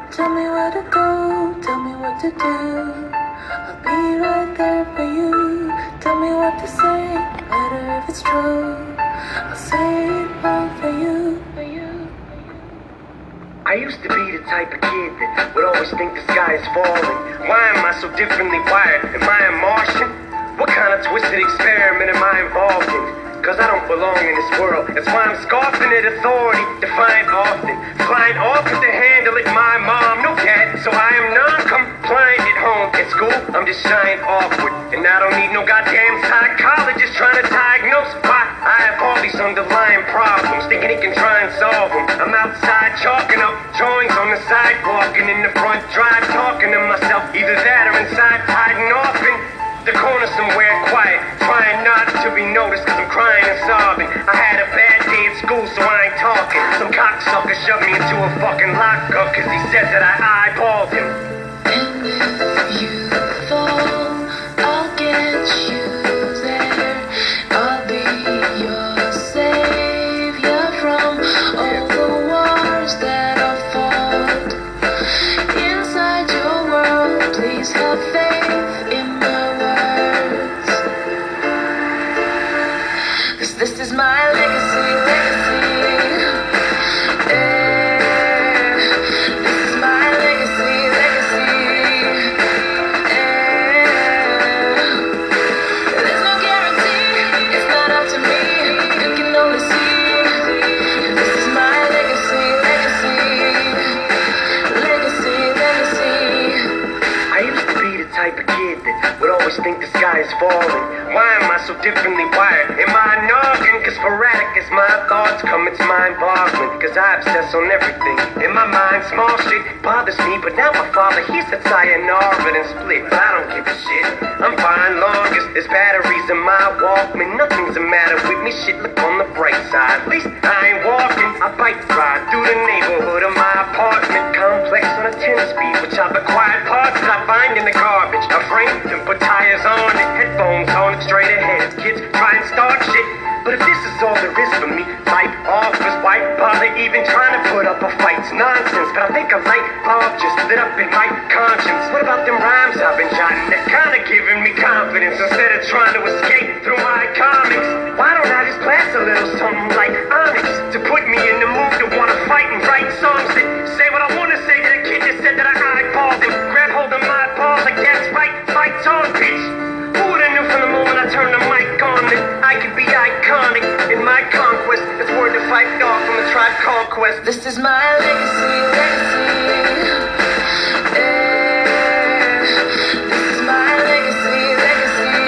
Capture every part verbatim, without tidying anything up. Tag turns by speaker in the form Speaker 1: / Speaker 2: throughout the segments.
Speaker 1: Tell me where to go, tell me what to do. I'll be right there for you. Tell me what to say, no matter if it's true. I'll say it all for you, for you, for you.
Speaker 2: I used to be the type of kid that would always think the sky is falling. Why am I so differently wired? Am I a Martian? What kind of twisted experiment am I involved in? Cause I don't belong in this world. That's why I'm scoffing at authority, defiant often. Flying off with the handle at my mom, no cat. So I am non-compliant at home. At school, I'm just shying awkward. And I don't need no goddamn psychologist trying to diagnose why I have all these underlying problems, thinking he can try and solve them. I'm outside chalking up drawings on the sidewalk, and in the front drive talking to myself. Either that or inside hiding off in the corner somewhere quiet, trying not to be noticed cause I'm crying and sobbing. I had a bad day at school so I ain't talking. Some cocksucker shoved me into a fucking lockup cause he said that I eyeballed him.
Speaker 1: And if you fall, I'll get you there. I'll be your savior from all the wars that I've fought. Inside your world, please have faith in my words. Cause this is my legacy, legacy. Eh, this is my legacy, legacy. Eh, there's no guarantee, it's not up to me. You can only see. This is my legacy, legacy. Legacy, legacy.
Speaker 2: I used to be the type of kid that would always think the sky is falling. Why am I so differently wired? Am I a noggin? Cause sporadic as my thoughts come, it's mind-boggling. Cause I obsess on everything. In my mind, small shit bothers me. But now my father, he said sayonara and split. But I don't give a shit. I'm fine long as there's batteries in my Walkman. Nothing's the matter with me, shit, look on the bright side. At least I ain't walking, I bike ride through the neighborhood of my apartment complex on a ten speed, which I've acquired parts that I find in the garbage. I framed and put tires on it, headphones on it, straight ahead as kids try and start shit. But if this is all there is for me, type offers, why bother even trying to put up a fight? It's nonsense, but I think a light bulb just lit up in my conscience. What about them rhymes I've been jotting that kinda giving me confidence instead of trying to escape through my comics? Why don't I just blast a little something like Onyx to put me in the mood to wanna fight and write songs that say what I wanna say to the kid that said that I eyeballed him? Grab hold of my balls like that's fight, fight's on, bitch. Who would've knew from the moment I turned the mic on that I could be iconic in my conquest? It's word to fight dog from the tribe conquest.
Speaker 1: This is my legacy, legacy. Eh, this is my legacy, legacy.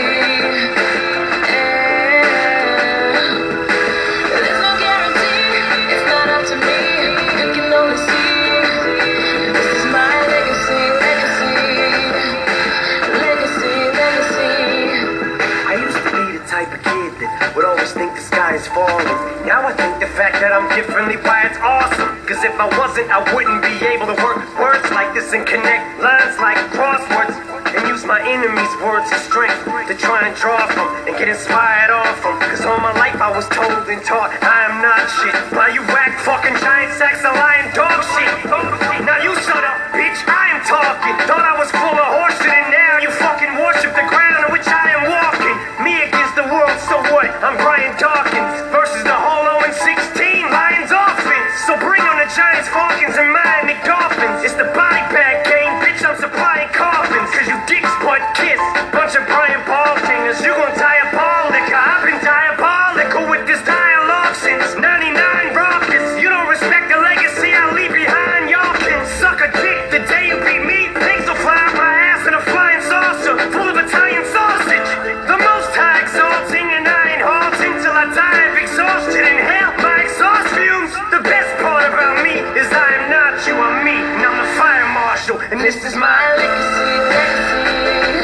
Speaker 1: Eh, there's no guarantee, it's not up to me. You can only see. This is my legacy, legacy. Legacy, legacy.
Speaker 2: I used to be the type of kid that would always think the sky is falling. Now I think the fact that I'm differently wired's awesome. Cause if I wasn't, I wouldn't be able to work words like this and connect lines like crosswords. And use my enemies' words as strength to try and draw from and get inspired off them. Cause all my life I was told and taught I am not shit. While you whack fucking giant sacks of lying dog shit. Now you shut up, bitch, I am talking. Thought I was full of horseshit and now you fucking worship the ground on which I am walking. Me against the world, so what? I'm Brian Dawkins versus the Holo and sixteen Lions offense. So bring on the Giants, Falcons, and Miami Dolphins. It's the body bag game, bitch, I'm supplying coffins. Cause you dicks butt kiss, bunch of Brian Baldingers. You gon' diabolical, I've been diabolical with this dialogue since ninety-nine rockets. You don't respect the legacy I leave behind, y'all can suck a dick the day you beat me. Things will fly out my ass in a flying saucer full of Italian sausage. The most high exalting and I ain't halting till I die of exhaustion. Inhale my exhaust fumes. The best part about me is I am not you, I'm me, and I'm the fire marshal, and this is my
Speaker 1: Legacy, legacy.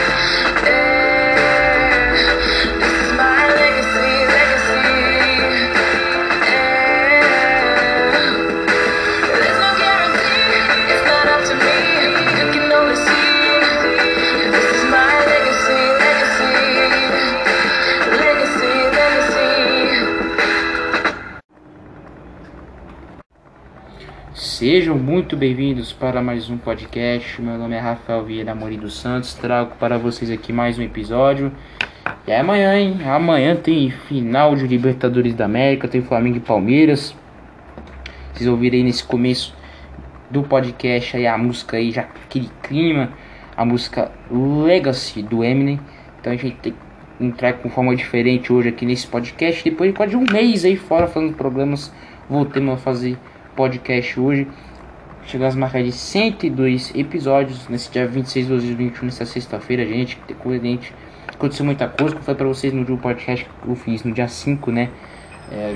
Speaker 1: Eh, this is my legacy, legacy. Eh, there's no guarantee, it's not up to me. You can only see. This is my legacy, legacy. Legacy, legacy.
Speaker 3: Sejam muito bem-vindos para mais um podcast. Meu nome é Rafael Vieira Amorim dos Santos. Trago para vocês aqui mais um episódio. E é amanhã, hein? Amanhã tem final de Libertadores da América, tem Flamengo e Palmeiras. Vocês ouviram aí nesse começo do podcast aí a música aí, já aquele clima, a música Legacy do Eminem. Então a gente tem que entrar com forma diferente hoje aqui nesse podcast. Depois de quase um mês aí fora falando programas, voltemos a fazer podcast hoje. Chegou às marcas de cento e dois episódios nesse dia vinte e seis de doze de vinte e um, nessa sexta-feira, gente. Gente, aconteceu muita coisa, como eu falei pra vocês no último podcast que eu fiz no dia cinco, né? É,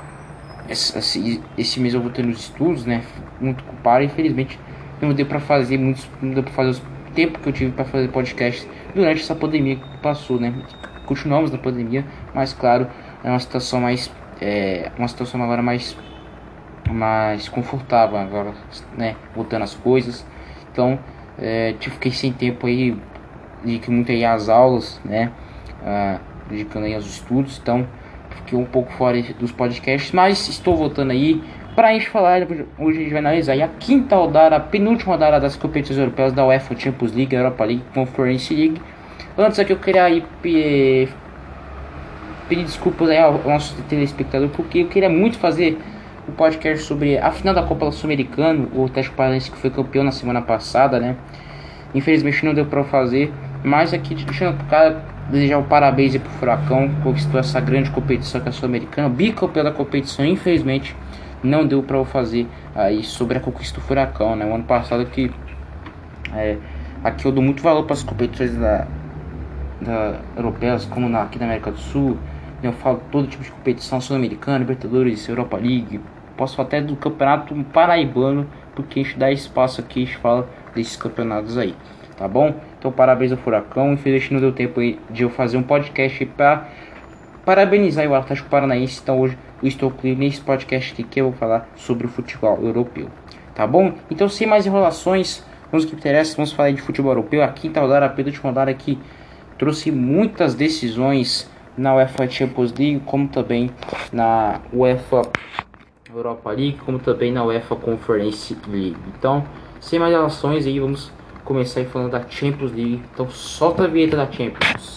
Speaker 3: esse, esse mês eu vou ter nos estudos, né? Muito ocupado, infelizmente não deu pra fazer muitos, não deu pra fazer o tempo que eu tive pra fazer podcast durante essa pandemia que passou, né? Continuamos na pandemia, mas claro, é uma situação mais, é, uma situação agora mais mais confortável agora, né, voltando as coisas. Então, é, tive fiquei sem tempo aí, dediquei muito aí às aulas, né, ah, dedicando aí aos estudos. Então, fiquei um pouco fora dos podcasts, mas estou voltando aí para a gente falar. Hoje a gente vai analisar aí a quinta rodada, a penúltima rodada das competições europeias da UEFA Champions League, Europa League, Conference League. Antes aqui eu queria aí pedir desculpas aí ao nosso telespectador, porque eu queria muito fazer o um podcast sobre a final da Copa Sul-Americana, o Atlético Paranaense que foi campeão na semana passada, né? Infelizmente não deu para fazer, mas aqui deixando pro cara desejar um parabéns aí pro Furacão, que conquistou essa grande competição que é a Sul-Americana, bicampeão da competição. Infelizmente não deu para eu fazer aí sobre a conquista do Furacão, né? O ano passado que é, aqui eu dou muito valor para as competições da, da europeias, como na, aqui na América do Sul. Eu falo todo tipo de competição, Sul-Americana, Libertadores, Europa League. Posso falar até do campeonato paraibano, porque a gente dá espaço aqui, a gente fala desses campeonatos aí, tá bom? Então parabéns ao Furacão. Infelizmente não deu tempo aí de eu fazer um podcast para parabenizar o Atlético Paranaense. Então hoje eu estou nesse podcast aqui que eu vou falar sobre o futebol europeu, tá bom? Então sem mais enrolações, vamos ao que interessa, vamos falar de futebol europeu. A quinta rodada, a penúltima rodada aqui, trouxe muitas decisões na UEFA Champions League, como também na UEFA Europa League, como também na UEFA Conference League. Então, sem mais relações aí, vamos começar aí falando da Champions League. Então, solta a vinheta da Champions.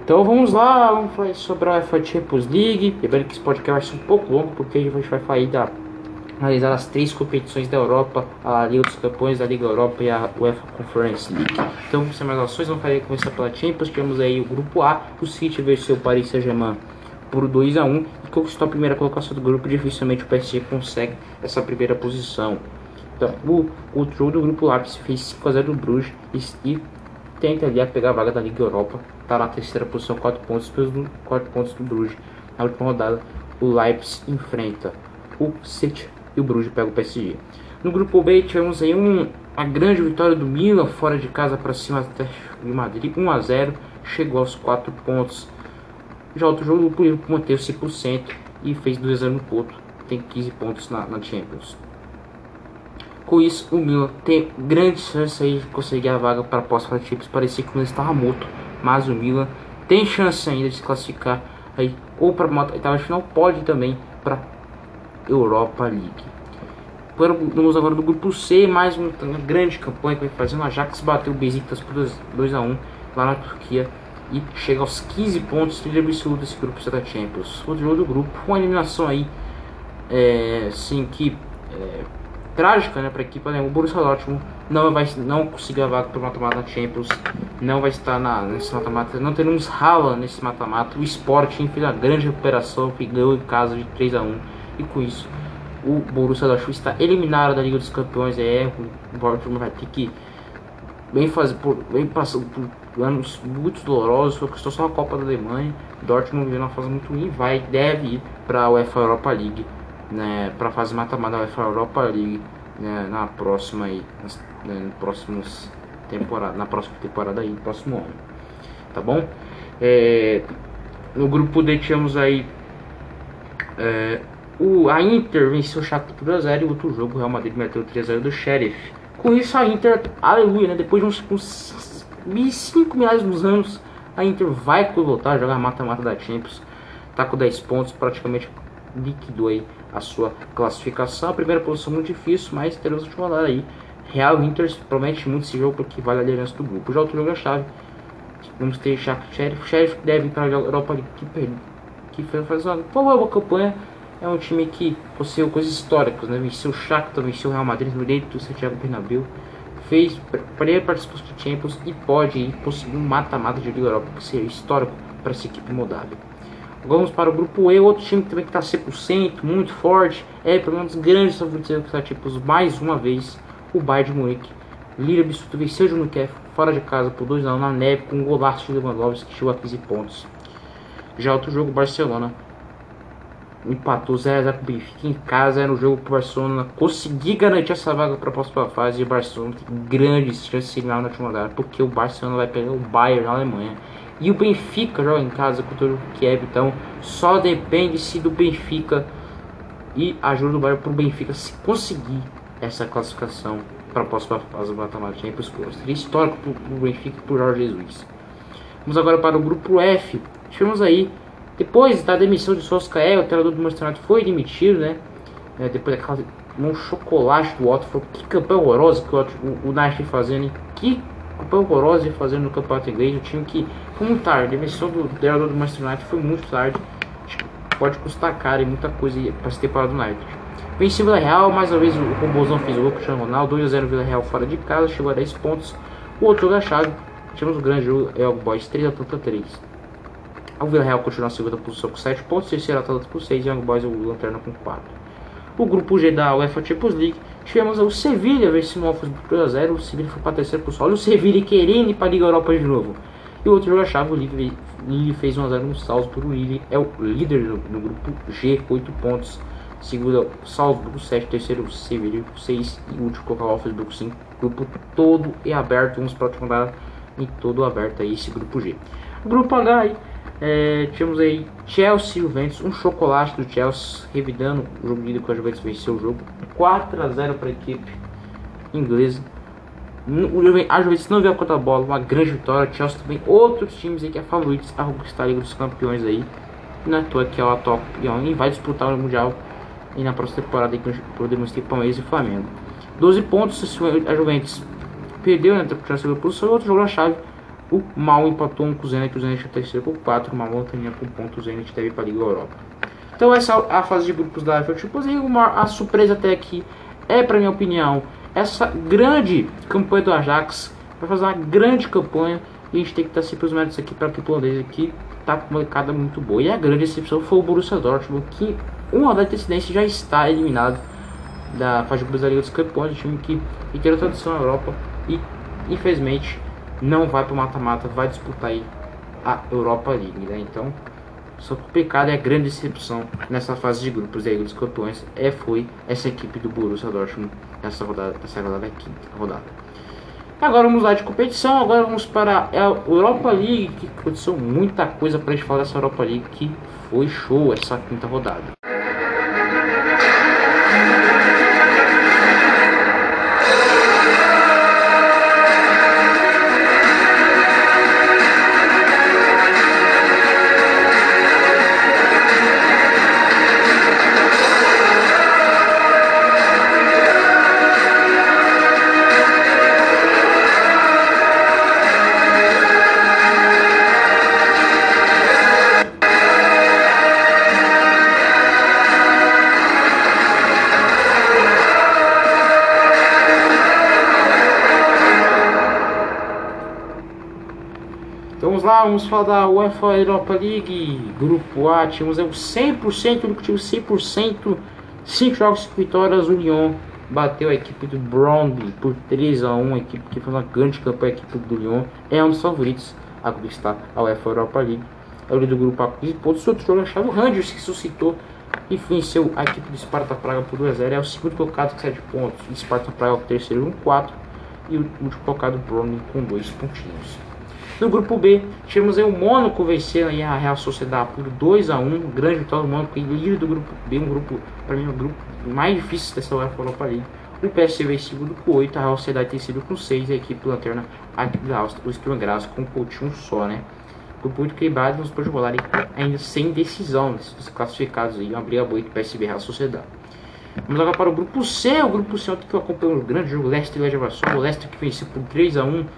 Speaker 3: Então vamos lá, vamos falar sobre a UEFA Champions League. Lembrando que esse podcast vai ser um pouco longo, porque a gente vai falar da, analisar as três competições da Europa, a Liga dos Campeões, a Liga Europa e a UEFA Conference League. Então, sem mais ações, vamos fazer, começar pela Champions. Tivemos aí o grupo A, o City venceu o Paris Saint-Germain por dois a um e conquistou a primeira colocação do grupo. Dificilmente o P S G consegue essa primeira posição. Então, o outro jogo do grupo A fez cinco a zero do Bruges e, e tenta ali a pegar a vaga da Liga Europa. Está na terceira posição, quatro pontos, do, quatro pontos do Bruges. Na última rodada, o Leipzig enfrenta o City e o Bruges pega o P S G. No grupo B tivemos aí um, a grande vitória do Milan fora de casa para cima de Madrid, um a zero, chegou aos quatro pontos. Já outro jogo, o Liverpool manteve cem por cento e fez dois a zero no Porto, tem quinze pontos na, na Champions. Com isso, o Milan tem grande chance aí de conseguir a vaga para a próxima Champions. Parecia que o Milan estava morto, mas o Milan tem chance ainda de se classificar aí ou para uma oitava final, pode também para Europa League. Vamos agora no grupo C, mais uma, uma grande campanha que vai fazendo. O Ajax bateu o Besiktas por dois a um lá na Turquia e chega aos quinze pontos, líder absoluto desse grupo C da Champions. Outro jogo do grupo, uma eliminação aí, é, assim, que é, trágica, né, para a equipe, né? O Borussia Dortmund não vai não conseguir a vaga para o mata-mata da Champions, não vai estar na, nesse mata-mata, não teremos Haaland nesse mata-mata. O Sporting fez uma grande recuperação, ganhou em casa de três a um e com isso o Borussia Dortmund está eliminado da Liga dos Campeões. É, o Dortmund vai ter que vem fazer por vem passando por anos muito dolorosos, foi conquistou só a Copa da Alemanha. Dortmund vem numa fase muito ruim, vai deve ir para a UEFA Europa League, né, para fazer mata-mata da UEFA Europa League, né, na próxima aí, nas, né, no próximos temporada, na próxima temporada aí, próximo ano, tá bom? É, no grupo D tínhamos aí é, o a Inter venceu o Shakhtar por dois a zero e outro jogo o Real Madrid meteu três a zero do Sheriff. Com isso a Inter, aleluia, né, depois de uns, uns cinco milhares de anos, a Inter vai voltar a jogar mata-mata da Champions, tá com dez pontos, praticamente liquidou aí a sua classificação. A primeira posição muito difícil, mas teremos que falar aí. Real Inter promete muito esse jogo porque vale a liderança do grupo. Já outro jogo é a chave. Vamos ter Shakhtar Sheriff. Sheriff deve ir para a Europa League, que, que fez uma boa campanha. É um time que possui coisas históricas, né? Venceu o Shakhtar, venceu o Real Madrid no direito do Santiago Bernabéu. Fez primeira participação de Champions e pode ir conseguir um mata-mata de Liga Europa, que seria histórico para essa equipe moldávia. Vamos para o grupo E, outro time que também está cem por cento, muito forte, é pelo menos grandes favoritos da Champions, mais uma vez, o Bayern de Munique. Líder absoluto, venceu o Juventus fora de casa por dois a um na neve, com um golaço de Lewandowski que chegou a quinze pontos. Já outro jogo, Barcelona empatou zero a zero com o Benfica em casa, era um jogo para o Barcelona conseguir garantir essa vaga para a próxima fase, e o Barcelona tem grandes chances de eliminar na última rodada, porque o Barcelona vai pegar o Bayern na Alemanha. E o Benfica joga em casa contra o Kiev, então só depende-se do Benfica e ajuda do Bayern para o Benfica se conseguir essa classificação para a próxima fase do mata-mata Champions. Seria histórico para o Benfica e para o Jorge Jesus. Vamos agora para o grupo F. Tivemos aí, depois da demissão de Solskjaer, o treinador do Manchester United foi demitido, né? É, depois daquela um chocolate do Watford. Que campanha horrorosa que o, o, o United fazendo, hein? Que campanha horrorosa de fazer no campeonato inglês. O time que foi muito tarde, a demissão do treinador do Manchester United foi muito tarde. Acho que pode custar caro e muita coisa para se temporada do United. Venceu o Vila Real, mais uma vez o Robozão fez o gol com o Cristiano Ronaldo, dois a zero Vila Real fora de casa, chegou a dez pontos. O outro jogo da chave, tivemos o grande jogo, é o Boys três a três. O Vila Real continua na segunda posição com sete pontos, terceiro Atalanta com seis e o Young Boys o Lanterna com quatro. O grupo G da UEFA Champions League, tivemos o Sevilha vencendo o Wolfsburg por dois a zero, o Sevilha foi para a terceira posição, olha o Sevilha querendo ir para a Liga Europa de novo. E o outro jogo da chave, o Lille, Lille fez um a zero no Salzburg, o Lille é o líder no, no grupo G com oito pontos. Segundo o Salzburg sete, terceiro o Sevilha com seis e o último colocar o Wolfsburg cinco. Grupo todo é aberto, vamos para a última rodada em todo aberto aí esse grupo G. O grupo H aí, é, tivemos aí Chelsea e Juventus, um chocolate do Chelsea, revidando o jogo líder com a Juventus venceu o jogo quatro a zero para a equipe inglesa. A Juventus não veio a conta da bola, uma grande vitória. Chelsea também, outros times aí que é favoritos a conquistar a Liga dos Campeões aí. Não é à toa que é o atual campeão e vai disputar o Mundial e na próxima temporada aí podemos ter Palmeiras e Flamengo. doze pontos, a Juventus perdeu, né, na segunda posição. Outro jogo na chave, O Mal empatou um com o Zenit, o Zenit é terceiro com quatro, o Malmö termina com ponto, o Zenit deve ir para a Liga Europa. Então essa é a fase de grupos da UEFA Champions League. A surpresa até aqui é, para minha opinião, essa grande campanha do Ajax. Vai fazer uma grande campanha e a gente tem que estar sempre os méritos aqui para que o holandês aqui tá com uma molecada muito boa. E a grande decepção foi o Borussia Dortmund, que uma da antecedência já está eliminado da fase de grupos da Liga dos Campeões, o time que tem tradição na Europa e infelizmente não vai para o mata-mata, vai disputar aí a Europa League, né? Então, só complicado, é a grande decepção nessa fase de grupos da Liga dos Campeões é, foi essa equipe do Borussia Dortmund nessa rodada, essa rodada da quinta rodada. Agora vamos lá de competição, agora vamos para a Europa League, que aconteceu muita coisa para a gente falar dessa Europa League, que foi show essa quinta rodada. Vamos lá, vamos falar da UEFA Europa League, Grupo A, tínhamos o cem por cento, o único time cem por cento, cinco jogos, cinco vitórias, o Lyon bateu a equipe do Brøndby por três a um, a equipe que foi uma grande campanha, a equipe do Lyon, é um dos favoritos a conquistar a UEFA Europa League, é o líder do Grupo A com quinze pontos, o outro jogo achado o Rangers, que suscitou e venceu a equipe do Sparta Praga por dois a zero, é o segundo colocado com sete pontos, o Sparta Praga com o terceiro com quatro, e o último colocado o Brøndby com dois pontinhos. No grupo B, tivemos aí o Mônaco vencendo aí a Real Sociedade por dois a um, grande vitória do Mônaco, líder do grupo B, um grupo, para mim, um grupo mais difícil dessa UEFA Europa League. O P S V em segundo com oito, a Real Sociedade tem sido com seis, a equipe lanterna, a equipe da Áustria, o Sturm Graz com um pontinho só, né? Grupo muito equilibrado, nos pode rolar ainda sem decisão, né? Os classificados aí, uma briga boa entre P S V e Real Sociedade. Vamos agora para o grupo C, o grupo C que eu acompanho um grande jogo, Leicester e Legia Varsóvia, o Leicester que venceu por três a um,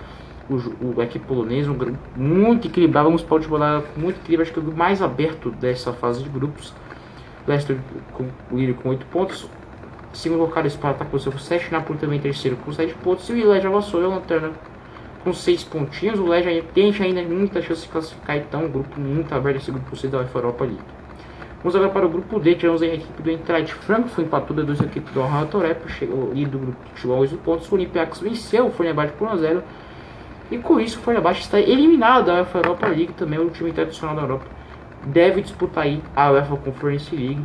Speaker 3: O, o equipe polonesa, um grupo muito equilibrado, vamos para o último lado, muito equilibrado, acho que é o grupo mais aberto dessa fase de grupos. Leicester com o líder com oito pontos, segundo colocado o Spartak com sete, Napoli também terceiro com sete pontos, e o Legia Varsóvia a lanterna com seis pontinhos. O Legia tem ainda muita chance de classificar, então um grupo muito aberto, esse grupo C da UEFA Europa League. Vamos agora para o grupo D, tivemos a equipe do Eintracht Frankfurt, empatou a duas equipes do Al Torep, o líder do grupo chegou a oito pontos, o Olympiacos venceu o Fenerbahçe por um a zero. E com isso o Fenerbahçe está eliminado da UEFA Europa League, também o time tradicional da Europa deve disputar aí a UEFA Conference League.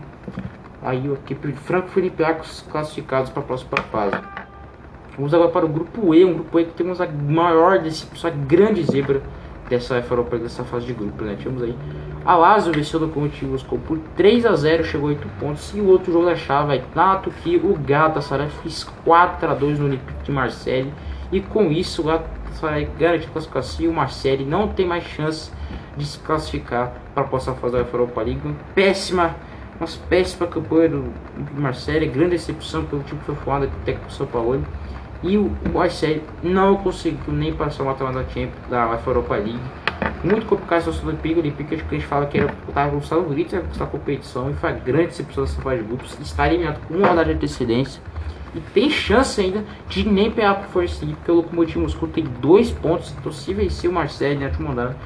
Speaker 3: Aí a equipe de Frankfurt e Olympiacos classificados para a próxima fase. Vamos agora para o grupo E, um grupo E que temos a maior decepção, a grande zebra dessa UEFA Europa League, dessa fase de grupo, né? Tivemos aí a Lazio venceu o Lokomotiv Moscou por três a zero, chegou a oito pontos, e o outro jogo da chave, na Turquia, o Galatasaray fez quatro a dois no Olympique de Marseille, e com isso o Galatasaray garante a classificação e o Marseille não tem mais chance de se classificar para a próxima fase da UEFA Europa League. Uma péssima, uma péssima campanha do Marseille, grande decepção pelo time que foi formado com o técnico São Paulo, e o Marseille não conseguiu nem passar o mata-mata da UEFA Europa League. Muito complicado a situação do Olympique. O Olympique, que a gente fala que era o favorito a competição, e foi a grande decepção dessa fase de grupos. Está eliminado com uma rodada de antecedência e tem chance ainda de nem pegar a Conference League, porque o Lokomotiv Moscou tem dois pontos. Então, se vencer o Marseille na última rodada,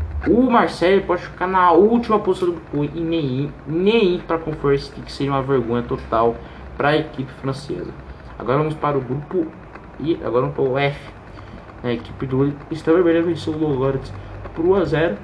Speaker 3: o Marseille pode ficar na última posição do grupo e nem ir, nem ir para a Conference League, que seria uma vergonha total para a equipe francesa. Agora vamos para o grupo I, agora vamos para o F. A equipe do Estrela Vermelha venceu o Lorient por um a zero,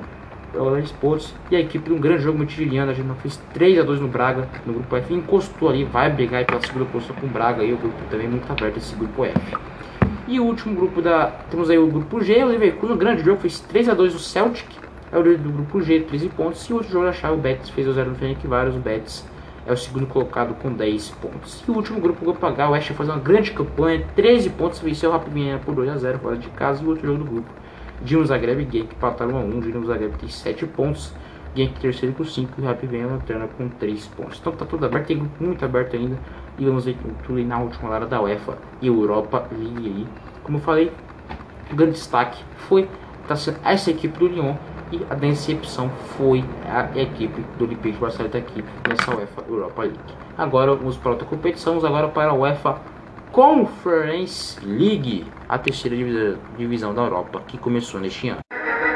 Speaker 3: pontos, e a equipe de um grande jogo multiliano, a gente fez três a dois no Braga, no grupo F, encostou ali, vai brigar pela segunda posição com o Braga, e o grupo também é muito aberto, esse grupo F. E o último grupo da, temos aí o grupo G, o Leverkusen, um grande jogo, fez três a dois no Celtic, é o líder do grupo G, treze pontos, e o outro jogo da chave, o Betis fez o zero no Ferencváros, o Betis é o segundo colocado com dez pontos. E o último grupo, o grupo H, o West faz uma grande campanha, treze pontos, venceu o Rapid Viena por dois a zero fora de casa, e o outro jogo do grupo, Dinamo Zagreb e Genk empataram um a um, Dinamo Zagreb tem sete pontos, Genk terceiro com cinco, e o Rapid Viena lanterna com três pontos. Então tá tudo aberto, tem grupo muito aberto ainda, e vamos ver tudo aí na última hora da UEFA e Europa League aí. Como eu falei, o grande destaque foi está sendo essa equipe do Lyon, e a decepção foi a equipe do Olympique de Marseille aqui nessa UEFA Europa League. Agora vamos para outra competição, vamos agora para a UEFA Conference League, a terceira divisão da Europa que começou neste ano.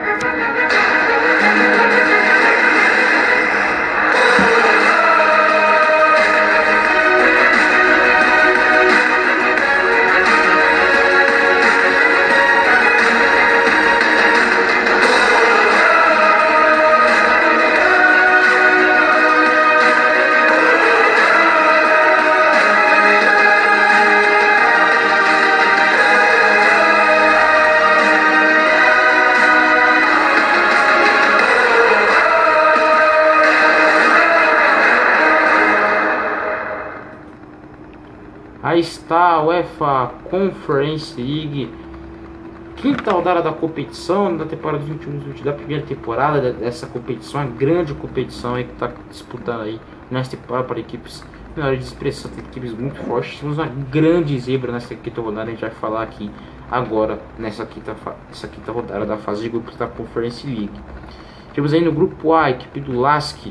Speaker 3: Aí está a UEFA Conference League, quinta rodada da competição da temporada dos vinte e um vinte, da primeira temporada dessa competição, a grande competição aí que está disputando aí nesta temporada para equipes menores de expressão, equipes muito fortes. Temos uma grande zebra nessa quinta rodada, a gente vai falar aqui agora nessa quinta, essa quinta rodada da fase de grupos da Conference League. Temos aí no grupo A a equipe do Lask,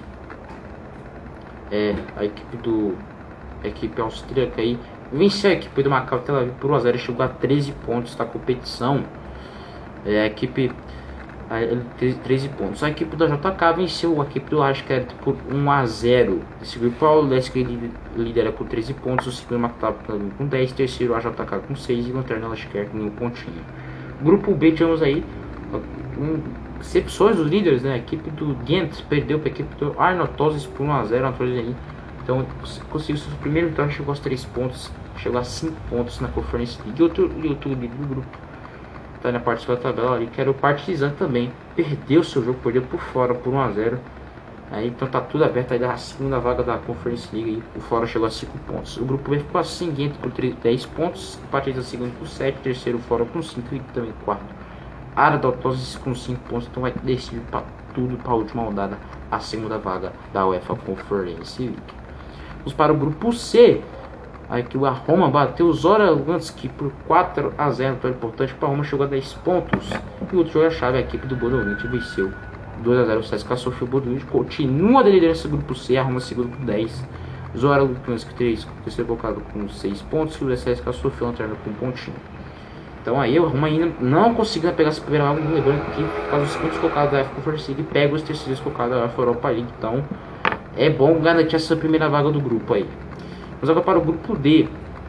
Speaker 3: é, a equipe do a equipe austríaca aí venceu a equipe do Maccabi Tel Aviv por um a zero e chegou a treze pontos da competição. É, a equipe a, treze pontos. A equipe do J K venceu a equipe do Ashkert por um a zero. Esse grupo o Lask lidera com treze pontos, o segundo Maccabi Tel Aviv com dez, terceiro a J K com seis e o lanterna Ashkert com um pontinho. Grupo B tivemos aí um, exceções dos líderes, né? A equipe do Ghent perdeu para a equipe do Arnotosis por um a zero. Aí. Então conseguiu seu primeiro vitória, chegou aos três pontos, chegou a cinco pontos na Conference League. E outro, e outro líder do grupo está na parte da tabela ali, que era o Partizan também. Perdeu seu jogo, perdeu por fora por um a zero. Aí, então tá tudo aberto aí da segunda vaga da Conference League. Aí, o fora chegou a cinco pontos. O grupo B ficou assim, Ghent por dez pontos, o Partizan segundo com sete, terceiro fora com cinco e também quarto Arnotosis com cinco pontos. Então vai decidir para tudo para a última rodada, a segunda vaga da UEFA Conference League. Vamos para o grupo C. Aqui a Roma bateu o Zora Luganski por quatro a zero. Então é importante para a Roma, chegou a dez pontos. E o outro jogo é a chave, a equipe do Bodoglint venceu dois a zero o C S K A Sofia. O Bodoglint continua a liderança do grupo C, a Roma segundo com dez. Zora Luganski três, terceiro colocado com seis pontos. E o C S K A Sofia lanterna com um pontinho. Então aí a Roma ainda não conseguiu pegar essa primeira vaga, lembrando que faz os segundos colocados da UEFA Conference League e pega os terceiros colocados da UEFA Europa League. Então é bom garantir essa primeira vaga do grupo aí. Vamos agora para o grupo D.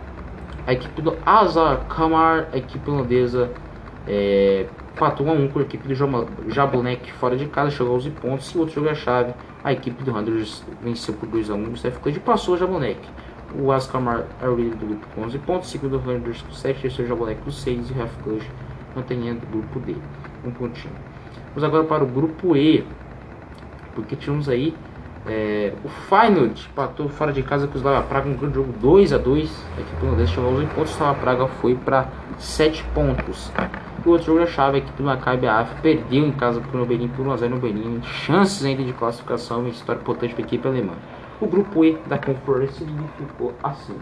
Speaker 3: A equipe do Azar Kamar, a equipe holandesa, é, empatou um a um com a equipe do Jablonec fora de casa, chegou a onze pontos. E o outro jogo é a chave, a equipe do Randers venceu por dois a um. O C F K passou o Jablonec. O Azar Kamar é o líder do grupo com onze pontos, segundo o Randers com sete, terceiro Jablonec com seis e o Ref Cluj mantendo o grupo D, um pontinho. Vamos agora para o grupo E, porque tínhamos aí É, o Feyenoord empatou fora de casa com o Slavia Praga, um grande jogo dois a dois. A equipe holandesa chegou aos oito pontos, o Slavia Praga foi para sete pontos. E o outro jogo da chave, a equipe do Maccabi Haifa perdeu em casa para o Berlim por um a zero no Berlim. Chances ainda de classificação, uma história importante para a equipe alemã. O grupo E da Conference League ficou assim: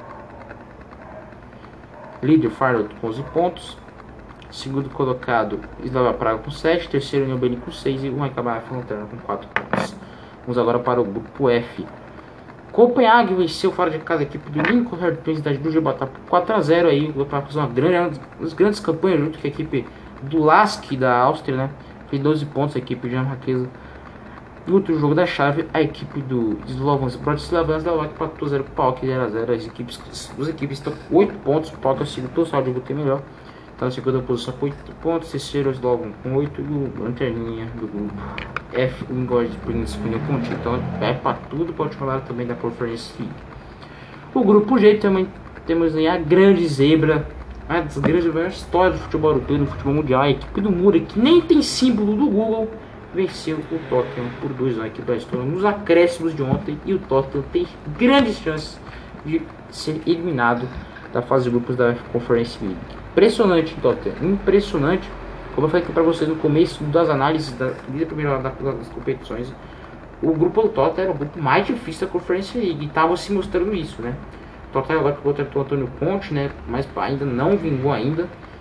Speaker 3: líder Feyenoord com onze pontos, segundo colocado Slavia Praga com sete, terceiro União Berlim com seis e o Maccabi Haifa lanterna com quatro pontos. Vamos agora para o grupo F. Copenhague venceu fora de casa a equipe do Lincoln Hertz da Bruges botar por quatro a zero aí, para fazer uma grande, uma das grandes campanhas junto com a equipe do Lask da Áustria, né? Fez doze pontos a equipe dinamarquesa. E outro jogo da chave, a equipe do Slovan Bratislava da Slovaquia empatou zero para o P A O K zero a zero. As equipes, as equipes estão com oito pontos, o P A O K é o segundo, todo saldo de grupo é melhor. Está na segunda posição com oito pontos, terceiro o Slovan com oito e o lanterninha do grupo F, o Ingolstadt Prince com um pontinho. Então é para tudo, pode falar também da Conference League. O grupo G também temos aí a grande zebra, a das grandes histórias do futebol europeu, do futebol mundial. A equipe do Mura, que nem tem símbolo do Google, venceu o Tottenham por dois a zero aqui para a história nos acréscimos de ontem. E o Tottenham tem grandes chances de ser eliminado da fase de grupos da Conference League. Impressionante, Tottenham, impressionante. Como eu falei aqui para vocês no começo das análises da primeira das competições, o grupo do Tottenham era o grupo mais difícil da Conference League e estava se mostrando isso, né? O Tottenham agora contratou o Antônio Conte, né? Mas ainda não vingou ainda.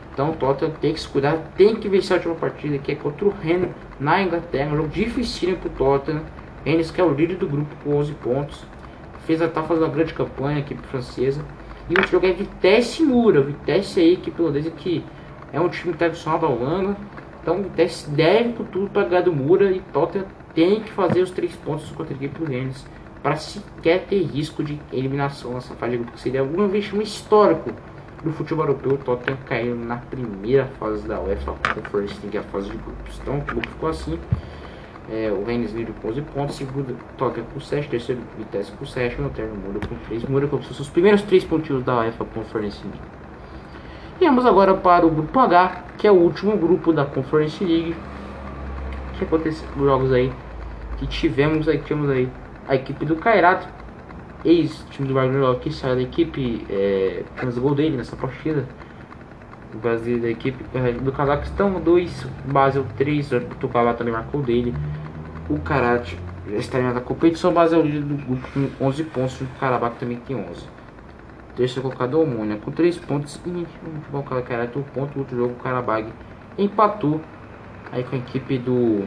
Speaker 3: Então o Tottenham tem que se cuidar, tem que vencer a última partida, que é contra o Rennes na Inglaterra. Um jogo dificílimo para o Tottenham. Rennes, que é o líder do grupo com onze pontos, fez, tá fazendo uma grande campanha, a equipe francesa. E o outro jogo é Vitesse Mura. Vitesse aí, equipe holandesa, que é um time tradicional da Holanda. Então Vitesse deve por tudo para ganhar do Mura, e Tottenham tem que fazer os três pontos contra a equipe do Rennes para sequer ter risco de eliminação nessa fase de grupo, que seria um investimento histórico do futebol europeu. O Tottenham caiu na primeira fase da UEFA Conference League, a fase de grupos. Então o grupo ficou assim. É, o Rennes líder com onze pontos, segundo Tottenham com sete, terceiro Vitesse com sete, lanterna Mura com três. Mura com os primeiros três pontinhos da UEFA Conference League. E vamos agora para o grupo H, que é o último grupo da Conference League. Que aconteceu os jogos aí que tivemos aí, tivemos aí a equipe do Kairat, ex-time do Wagner, que saiu da equipe, é, fez gol dele nessa partida. O brasileiro da equipe do Cazaquistão, dois, Basel três, o Portugal também marcou dele. O Kairat já está na competição, Basel líder do grupo com onze pontos, o Karabakh também tem onze. Terceiro colocado o Omônia com três pontos, e o Kairat um ponto. O outro jogo o Karabakh empatou aí com a equipe do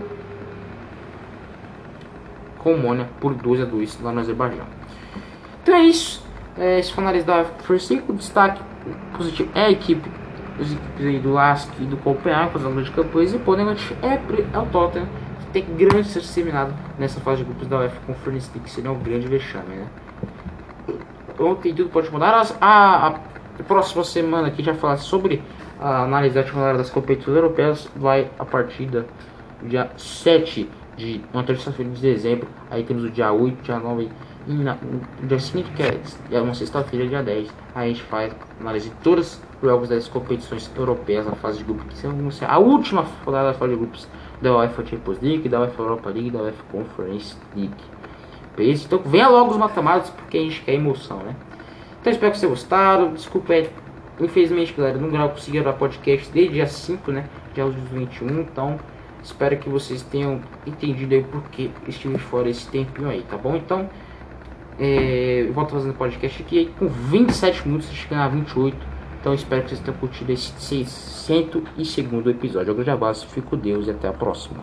Speaker 3: com Omônia por dois a dois lá no Azerbaijão. Então é isso. É, esse foi a análise da First cinco. O destaque positivo é a equipe, as equipes aí do Lask e do Copenhague fazendo grande campanha, e o negativo é, é o Tottenham, que tem grande ser disseminado nessa fase de grupos da UEFA Conference League, que seria um grande vexame, né? Então tem tudo pode mudar. A, a, a próxima semana aqui já falar sobre a análise da atividade das competições europeias vai a partir do dia sete de uma terça-feira de dezembro. Aí temos o dia oito, dia nove e na, no dia seguinte, que é, é uma sexta-feira, dia dez. Aí a gente faz análise de todos os jogos das competições europeias na fase de grupos, que são a última rodada da fase de grupos da UEFA Champions League, da UEFA Europa League e da UEFA Conference League. Beleza? Então venha logo os mata-matas, porque a gente quer emoção, né? Então espero que vocês gostaram. Desculpa, é, infelizmente, galera, não gravo consegui gravar podcast desde dia cinco, né? Dia vinte e um. Então espero que vocês tenham entendido aí porque estive fora esse tempinho aí, tá bom? Então é, eu volto fazendo podcast aqui aí, com vinte e sete minutos, chegando a vinte e oito. Então espero que vocês tenham curtido esse seiscentos e segundo episódio. Eu grande abraço, fico com Deus e até a próxima.